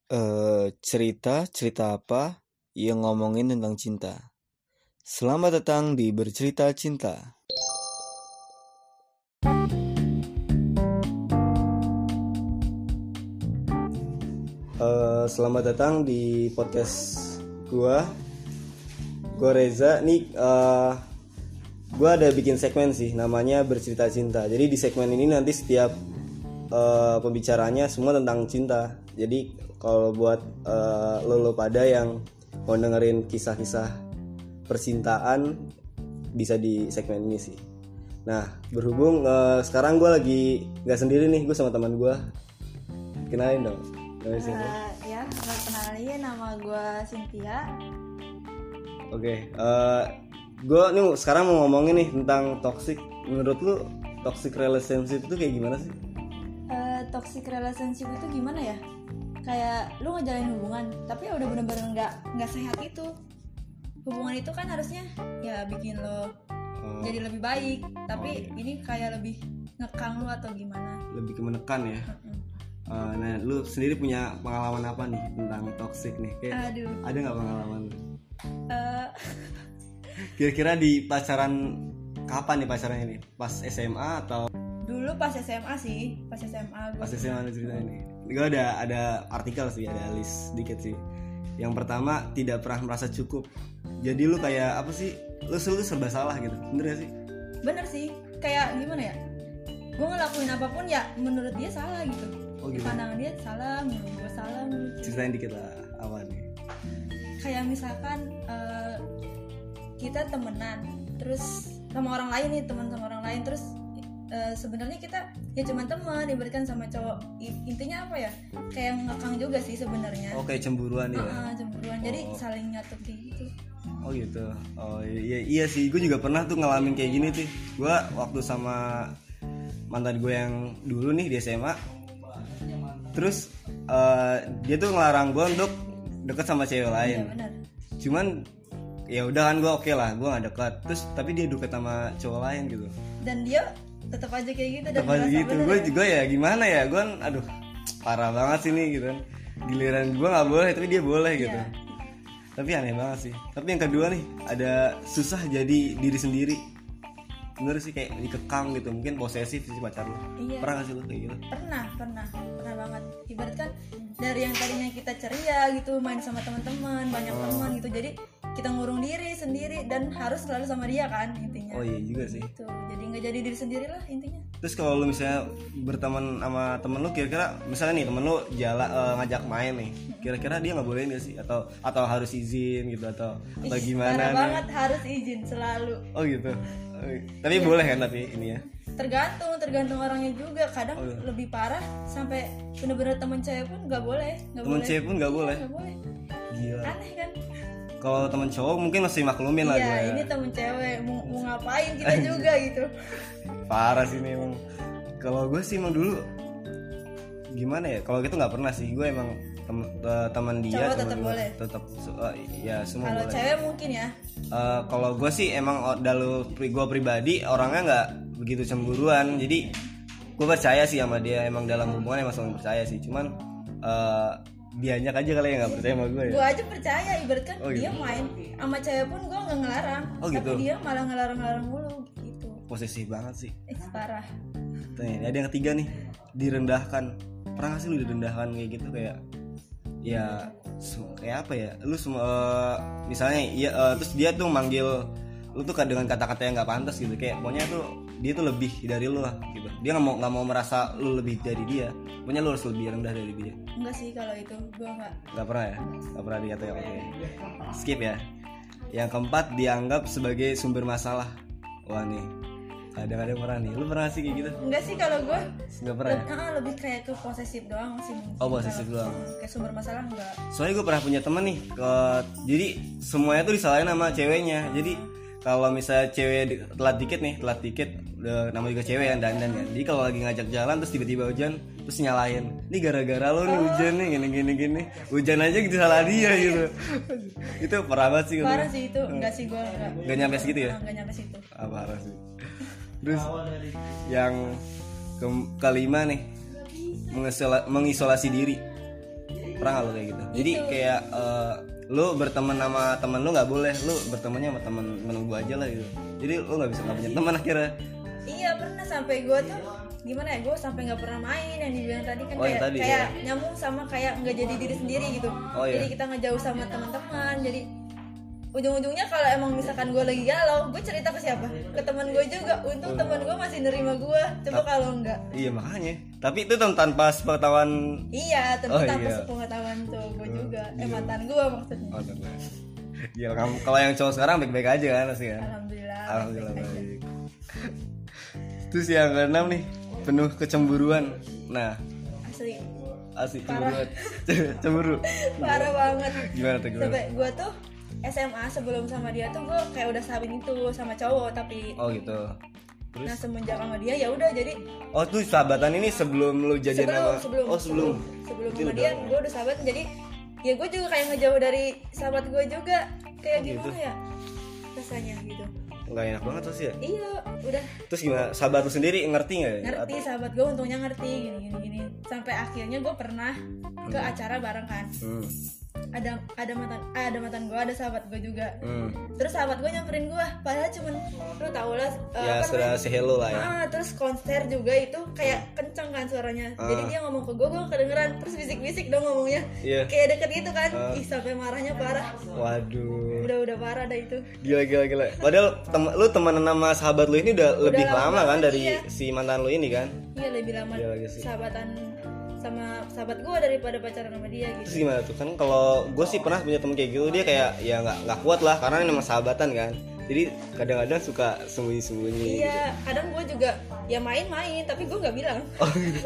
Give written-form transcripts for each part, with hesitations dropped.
Cerita apa yang ngomongin tentang cinta. Selamat datang di Bercerita Cinta. Selamat datang di podcast gua Reza. Nih gua ada bikin segmen sih, namanya Bercerita Cinta. Jadi di segmen ini nanti setiap pembicaranya semua tentang cinta. Jadi kalau buat lo pada yang mau dengerin kisah-kisah percintaan bisa di segmen ini sih. Nah, berhubung sekarang gue lagi nggak sendiri nih, gue sama teman gue. Kenalin dong. Ya, kenalin, nama gue Cynthia. Oke, gue nih sekarang mau ngomongin nih tentang toxic. Menurut lu toxic relationship itu kayak gimana sih? Toxic relationship itu gimana ya? Kayak lu ngejalin hubungan, tapi udah bener-bener nggak sehat itu. Hubungan itu kan harusnya ya bikin lo jadi lebih baik, tapi ini kayak lebih ngekang lu atau gimana? Lebih ke menekan ya. Nah, lu sendiri punya pengalaman apa nih tentang toxic nih? Kayak ada nggak pengalaman? Kira-kira di pacaran kapan nih pacarannya nih? Pas SMA atau? Dulu pas SMA sih, pas SMA gue. Pas SMA ada cerita ini. Gue ada artikel sih, ada list dikit sih. Yang pertama, tidak pernah merasa cukup. Jadi lu kayak apa sih? Lu selalu serba salah gitu. Bener gak sih? Bener sih. Kayak gimana ya? Gue ngelakuin apapun ya menurut dia salah gitu. Oh gitu. Pandangan dia salah, menurut gue salah. Ceritain dikit lah, apa nih? Kayak misalkan kita temenan, terus sama orang lain nih, teman sama orang lain, terus sebenarnya kita ya cuma teman, diberikan sama cowok. Intinya apa ya? Kayak ngekang juga sih sebenarnya. Oh, kayak cemburuan ya? Cemburuan. Jadi saling nyatu gitu. Oh gitu. Oh iya sih, gue juga pernah tuh ngalamin kayak gini tuh. Gue waktu sama mantan gue yang dulu nih di SMA. Terus dia tuh ngelarang gue untuk deket sama cewek lain. Iya benar. Cuman ya udah kan gue oke lah, gue nggak dekat. Terus tapi dia deket sama cowok lain gitu. Dan dia tetap aja kayak gitu. Tetap aja gitu. Gue juga ya gimana ya, gue kan aduh parah banget sih nih gitu kan. Giliran gue nggak boleh tapi dia boleh gitu. Iya. Tapi aneh banget sih. Tapi yang kedua nih, ada susah jadi diri sendiri. Bener sih, kayak dikekang gitu. Mungkin posesif sih pacar lu. Iya. Pernah gak sih lu kayak gitu? Pernah banget. Ibarat kan dari yang tadinya kita ceria gitu, main sama teman-teman, banyak teman gitu, jadi kita ngurung diri sendiri dan harus selalu sama dia kan intinya. Oh iya juga sih. Gitu. Jadi nggak jadi diri sendiri lah intinya. Terus kalau lu misalnya berteman sama temen lu, kira-kira misalnya nih temen lu ngajak main nih, kira-kira dia nggak bolehin gak sih? Atau harus izin gitu atau gimana? Parah nih? banget, harus izin selalu. Oh gitu. Tapi boleh kan tapi ini ya? Tergantung orangnya juga. Kadang lebih parah sampai bener-bener temen cewek pun nggak boleh. Temen cewek pun nggak boleh. Nggak boleh. Gila. Aneh kan? Kalau temen cowok mungkin masih maklumin lah gue. Iya, ini temen cewek mau ngapain kita juga gitu. Parah sih ini emang. Kalau gue sih emang dulu gimana ya? Kalau gitu nggak pernah sih. Gue emang teman dia. Cowok tetap boleh. Tetap ya semua Kalau boleh. cewek mungkin ya. Kalau gue sih emang gue pribadi orangnya nggak begitu cemburuan. Jadi gue percaya sih sama dia. Emang dalam hubungan emang selalu percaya sih. Cuman diajak aja kali ya nggak percaya sama gue ya. Gue aja percaya, ibaratkan gitu. dia main sama cewek pun gue nggak ngelarang. Gitu. Tapi dia malah ngelarang mulu gitu. Posesif banget sih. Parah. Nih, ada yang ketiga nih, direndahkan. Pernah gak sih lu direndahkan kayak gitu, kayak ya kayak apa ya? Lu misalnya terus dia tuh manggil lu tuh dengan kata-kata yang nggak pantas gitu, kayak pokoknya tuh dia tuh lebih dari lu lah gitu. Dia nggak mau merasa lu lebih dari dia. Pokoknya lu harus lebih rendah dari dia. Enggak sih kalau itu, gue nggak. Nggak pernah ya? Nggak pernah dikatain. Oke. Skip ya. Yang keempat, dianggap sebagai sumber masalah. Wah nih, kadang-kadang pernah nih. Lu pernah sih kayak gitu? Enggak sih kalau gue. Nggak pernah ya? Lebih kayak ke posesif doang sih mungkin. Oh, posesif doang. Kayak sumber masalah enggak. Soalnya gue pernah punya temen nih, jadi semuanya tuh disalahin sama ceweknya. Jadi kalau misalnya cewek telat dikit, nama juga cewek yang dandan kan. Jadi kalau lagi ngajak jalan terus tiba-tiba hujan, terus nyalahin. Ini gara-gara lo nih hujan nih, gini. Hujan aja gitu salah dia gitu. Itu parah banget sih. Parah sih itu, enggak sih gue enggak. Gak nyampe segitu ya? Enggak nyampe situ. Parah sih. Terus yang kelima nih, mengisolasi diri. Pernah nggak lo kayak gitu? Jadi kayak lu berteman sama temen lu nggak boleh, lu bertemannya sama temen gue aja lah gitu. Jadi lu nggak punya teman akhirnya. Iya pernah, sampai gue tuh gimana ya, gue sampai nggak pernah main yang dibilang tadi kan, kayak ya. nyambung sama kayak nggak jadi diri sendiri gitu. Jadi kita ngejauh sama teman-teman, jadi ujung-ujungnya kalau emang misalkan gue lagi galau, gue cerita ke siapa? Ke teman gue juga. Untung teman gue masih nerima gue. Coba kalau enggak. Iya makanya. Tapi itu tanpa sepengetahuan. Iya, tanpa sepengetahuan cowok gue juga. Mantan gue maksudnya. Gila, kamu kalau yang cowok sekarang baik-baik aja kan pasti kan? Alhamdulillah baik. Terus yang keenam nih, penuh kecemburuan. Nah, asli cemburu. Parah banget. Gimana tuh? Sampai gue tuh SMA sebelum sama dia tuh gue kayak udah sahabin itu sama cowok tapi. Oh gitu. Terus? Nah semenjak sama dia ya udah jadi. Oh tuh sahabatan ini sebelum lu jadian sama. Sebelum sama dia gue udah sahabat, jadi ya gue juga kayak ngejauh dari sahabat gue juga. Kayak gimana gitu ya rasanya gitu. Nggak enak banget tuh sih ya. Iya udah. Terus gimana, sahabat lu sendiri ngerti nggak? Ngerti, sahabat gue untungnya ngerti gini. Sampai akhirnya gue pernah ke acara bareng kan. Ada mantan gue, ada sahabat gue juga. Terus sahabat gue nyamperin gue, padahal cuman lu tau lah ya sudah si hello lah ya. Terus konser juga itu kayak kenceng kan suaranya. Jadi dia ngomong ke gue kedengeran, terus bisik-bisik dong ngomongnya. Kayak deket gitu kan. Sampai marahnya parah. Waduh. Udah parah dah itu. Gila. Padahal lu temenan sama sahabat lu ini udah lebih lama kan dari si mantan lu ini kan? Iya, lebih lama sahabatan sama sahabat gue daripada pacaran sama dia gitu. Terus gimana tuh? Kan kalau gue sih pernah punya temen kayak gitu, dia kayak ya nggak kuat lah karena ini memang sahabatan kan. Jadi kadang-kadang suka sembunyi-sembunyi. Iya, gitu. Kadang gue juga ya main-main tapi gue nggak bilang. Oh gitu.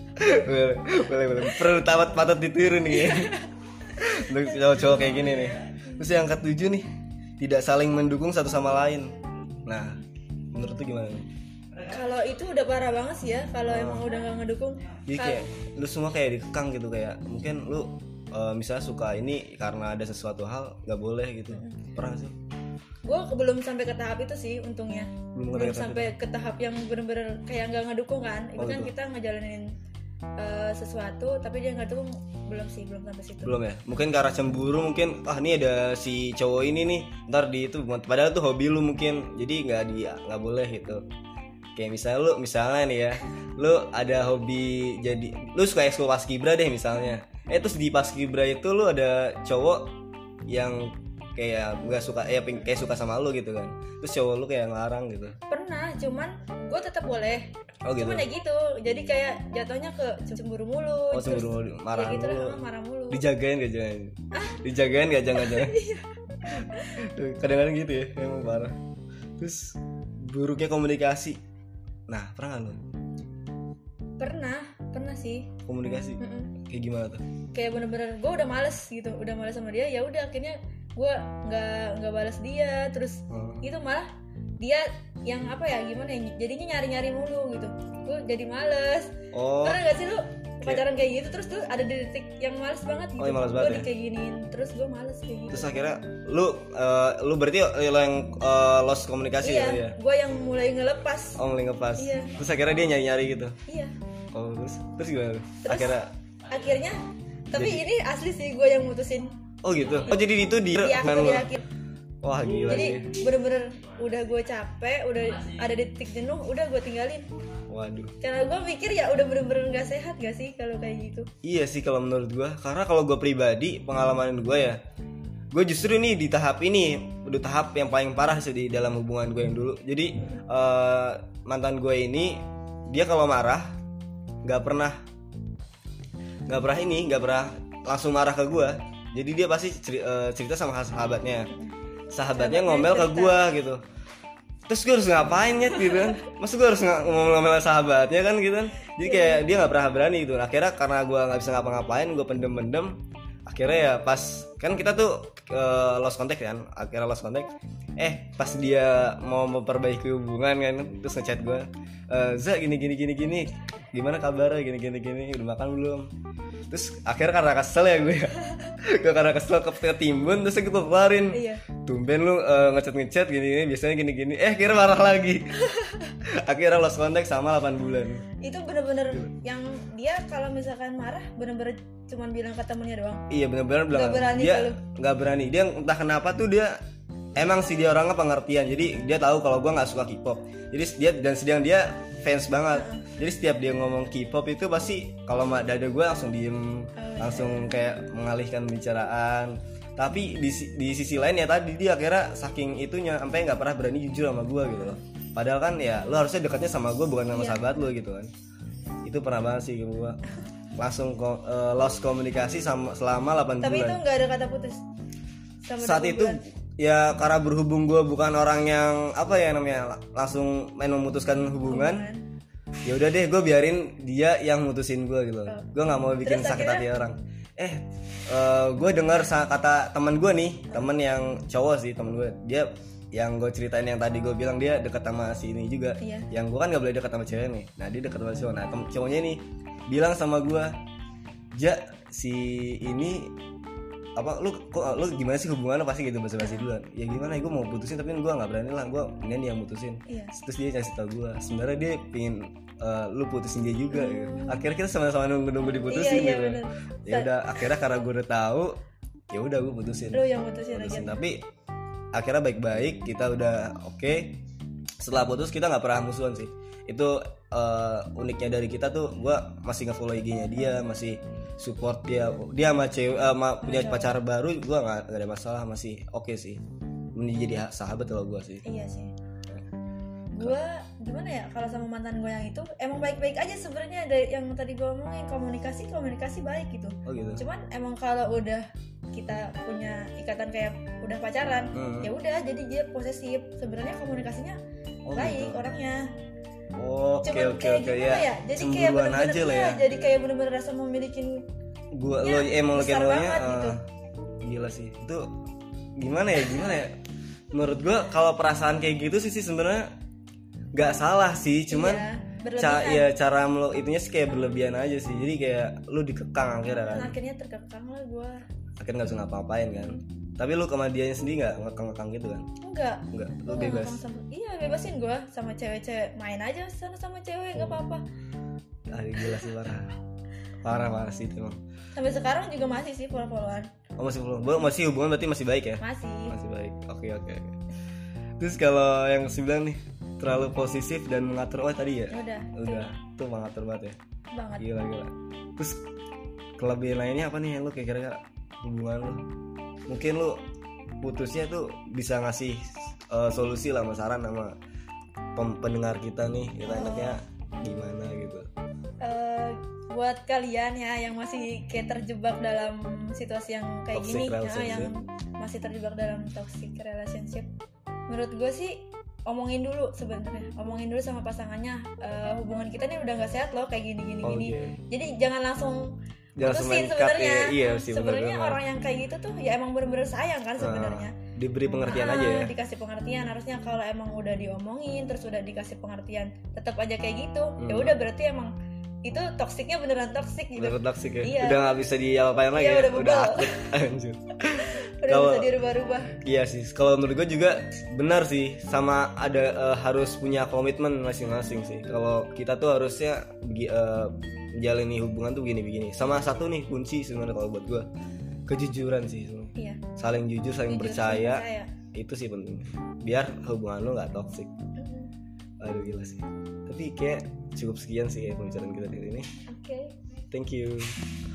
boleh. Perlu patut ditiru nih ya. Untuk cowok-cowok kayak gini nih. Terus yang ketujuh nih, tidak saling mendukung satu sama lain. Nah, menurut tuh gimana nih? Kalau itu udah parah banget sih ya, kalau emang udah nggak ngedukung. Jadi kayak lu semua kayak dikekang gitu, kayak mungkin lu misalnya suka ini karena ada sesuatu hal nggak boleh gitu. Pernah sih? Gue belum sampai ke tahap itu sih untungnya. Belum sampai ke tahap yang bener-bener kayak nggak ngedukung kan. Itu kan kita ngejalanin sesuatu tapi dia nggak dukung, belum sampai situ. Belum ya? Mungkin karena cemburu, mungkin ini ada si cowok ini nih, ntar di itu padahal tuh hobi lu mungkin, jadi nggak boleh gitu. Kayak misalnya nih ya, lu ada hobi jadi, lu suka ekskul paskibra deh misalnya. Terus di paskibra itu lu ada cowok yang kayak nggak suka, kayak suka sama lu gitu kan. Terus cowok lu kayak ngelarang gitu. Pernah, cuman gue tetap boleh. Oh gitu. Cuman ya gitu, jadi kayak jatuhnya ke cemburu mulu. Oh cemburu mulu, marah ya gitu mulu. Marah mulu. Dijagain gak jangan? Dijagain gak jangan? Kadang-kadang gitu ya, emang parah. Terus buruknya komunikasi. Nah, pernah gak lu? Pernah sih. Komunikasi? Kayak gimana tuh? Kayak bener-bener gue udah males gitu, udah males sama dia, ya udah akhirnya gue nggak balas dia, terus itu malah dia yang gimana ya, jadinya nyari-nyari mulu gitu, gue jadi males. Pernah gak sih lu pacaran kayak gitu, terus tuh ada di detik yang males banget gitu, gue kayak giniin, terus gue males kayak gitu. Terus akhirnya lu berarti lo yang lost komunikasi ya? Iya, gue yang mulai ngelepas. Mulai ngelepas. Iya. Terus akhirnya dia nyari-nyari gitu. Iya. Terus gimana? Akhirnya tapi ini asli sih gue yang mutusin. Oh gitu. Jadi itu di akhir. Wah gila. Jadi bener-bener udah gue capek, udah ada di titik jenuh, udah gue tinggalin. Waduh. Karena gue pikir ya udah bener-bener nggak sehat gak sih kalau kayak gitu. Iya sih kalau menurut gue, karena kalau gue pribadi pengalaman gue ya, gue justru nih di tahap ini udah tahap yang paling parah sih di dalam hubungan gue yang dulu. Jadi mantan gue ini dia kalau marah nggak pernah langsung marah ke gue. Jadi dia pasti cerita sama sahabatnya ngomel ke gue gitu. Terus gue harus ngapain ya gitu kan? Maksud gue harus ngomel sahabatnya kan gitu kan? Jadi kayak dia nggak pernah berani gitu. Akhirnya karena gue nggak bisa ngapa-ngapain, gue pendem. Akhirnya ya pas kan kita tuh lost contact kan, akhirnya lost contact. Pas dia mau memperbaiki hubungan kan, terus ngechat gue, Za gini, gimana kabarnya, gini, udah makan belum? Terus akhirnya karena kesel ya gue karena kesel ketimbun, terus gue keluarin. Tumben lu ngechat gini, biasanya gini, akhirnya marah lagi. Akhirnya lost contact sama 8 bulan. Itu bener-bener yang dia kalau misalkan marah bener-bener cuman bilang ke temennya doang. Iya bener-bener bilang. Gak berani dia nggak berani. Dia entah kenapa tuh dia emang sih dia orangnya pengertian. Jadi dia tahu kalau gue nggak suka K-pop. Jadi sedang dia fans banget. Jadi setiap dia ngomong K-pop itu pasti kalau dada gue langsung diem, langsung kayak mengalihkan pembicaraan. Tapi di sisi lain ya tadi dia akhirnya saking itunya sampai nggak pernah berani jujur sama gue gitu loh. Padahal kan ya lo harusnya dekatnya sama gue bukan sama sahabat lo gitu kan. Itu pernah banget sih gue langsung lost komunikasi selama 8 bulan. Tapi itu nggak ada kata putus. Saat itu ya karena berhubung gue bukan orang yang apa ya namanya langsung main memutuskan hubungan. Ya udah deh gue biarin dia yang mutusin gue gitu. Gue nggak mau bikin sakit hati orang. Gue dengar kata teman gue nih, teman yang cowok sih teman gue, dia yang gue ceritain yang tadi gue bilang dia dekat sama si ini juga, yang gue kan nggak boleh dekat sama cewek nih, nah dia dekat sama cowok, nah cowoknya nih bilang sama gue, Ja si ini apa lu gimana sih hubungan lo pasti gitu basa-basi duluan, ya gimana gue mau putusin tapi gue nggak berani lah, gue ingin dia mutusin, terus dia kasih tau gue sebenarnya dia pingin lu putusin dia juga gitu. Akhirnya kita sama-sama nunggu diputusin gitu. Ya udah akhirnya karena gue udah tahu ya udah gue putusin. Lu yang putusin. Tapi akhirnya baik-baik kita udah oke. Setelah putus kita nggak pernah musuhan sih. Itu uniknya dari kita tuh, gue masih nge-follow IG-nya dia, masih support dia sama cewek punya pacar baru, gue nggak ada masalah, masih oke sih. Menjadi sahabat kalau gue sih. Iya sih. Gue gimana ya kalau sama mantan gue yang itu emang baik-baik aja sebenarnya, dari yang tadi gue omongin komunikasi baik gitu. Oh gitu. Cuman emang kalau udah kita punya ikatan kayak udah pacaran, ya udah jadi dia posesif. Sebenarnya komunikasinya baik gitu. Orangnya. Oke ya. Jadi kayak bener-bener ya. Jadi kayak bener-bener rasa memiliki gue lo emang besar banget gitu. Gila sih itu gimana ya menurut gue kalau perasaan kayak gitu sih sebenarnya nggak salah sih, cuman cara lo itunya sih kayak berlebihan aja sih, jadi kayak lo dikekang akhirnya terkekang lah gue, akhirnya nggak bisa ngapa-ngapain kan. Tapi lo sama dianya sendiri nggak ngekang gitu kan? Enggak, lo bebas. Iya bebasin gue sama cewek-cewek, main aja sana sama cewek nggak apa-apa. Gila sih parah sih itu emang. Sampai sekarang juga masih sih follow-followan. Masih hubungan berarti masih baik ya? Masih baik. Oke. Terus kalau yang 9 nih, terlalu posesif dan mengatur tadi ya? Udah. Tuh mengatur banget ya. Banget. Gila. Terus kelebihan lainnya apa nih yang lu kayak kira-kira hubungan lu? Mungkin lu putusnya tuh bisa ngasih solusi lah, sama saran sama pendengar kita nih, kita enaknya gimana gitu. Buat kalian ya yang masih kayak terjebak dalam situasi yang kayak toxic gini, yang masih terjebak dalam toxic relationship, menurut gue sih omongin dulu sama pasangannya, hubungan kita nih udah nggak sehat loh kayak gini. Jadi jangan langsung putusin sebenarnya. Sebenarnya orang yang kayak gitu tuh ya emang bener-bener sayang kan sebenarnya. Diberi pengertian aja ya. Dikasih pengertian, harusnya kalau emang udah diomongin terus udah dikasih pengertian tetap aja kayak gitu, ya udah berarti emang itu toksiknya beneran toksik gitu. Beneran toksik ya. Iya. Udah nggak bisa diapa-apain lagi. Iya, ya. Udah akut. Anjir. Udah bisa dirubah-rubah. Iya sih. Kalau menurut gue juga benar sih, sama ada harus punya komitmen masing-masing sih. Kalau kita tuh harusnya jalani hubungan tuh begini. Sama satu nih kunci sebenarnya kalau buat gue, kejujuran sih sebenarnya. Iya. Saling jujur, saling percaya. Itu sih penting. Biar hubungan lo nggak toksik. Aduh gila sih. Tapi kayak cukup sekian sih ya pembicaraan kita kali ini. Oke. Thank you.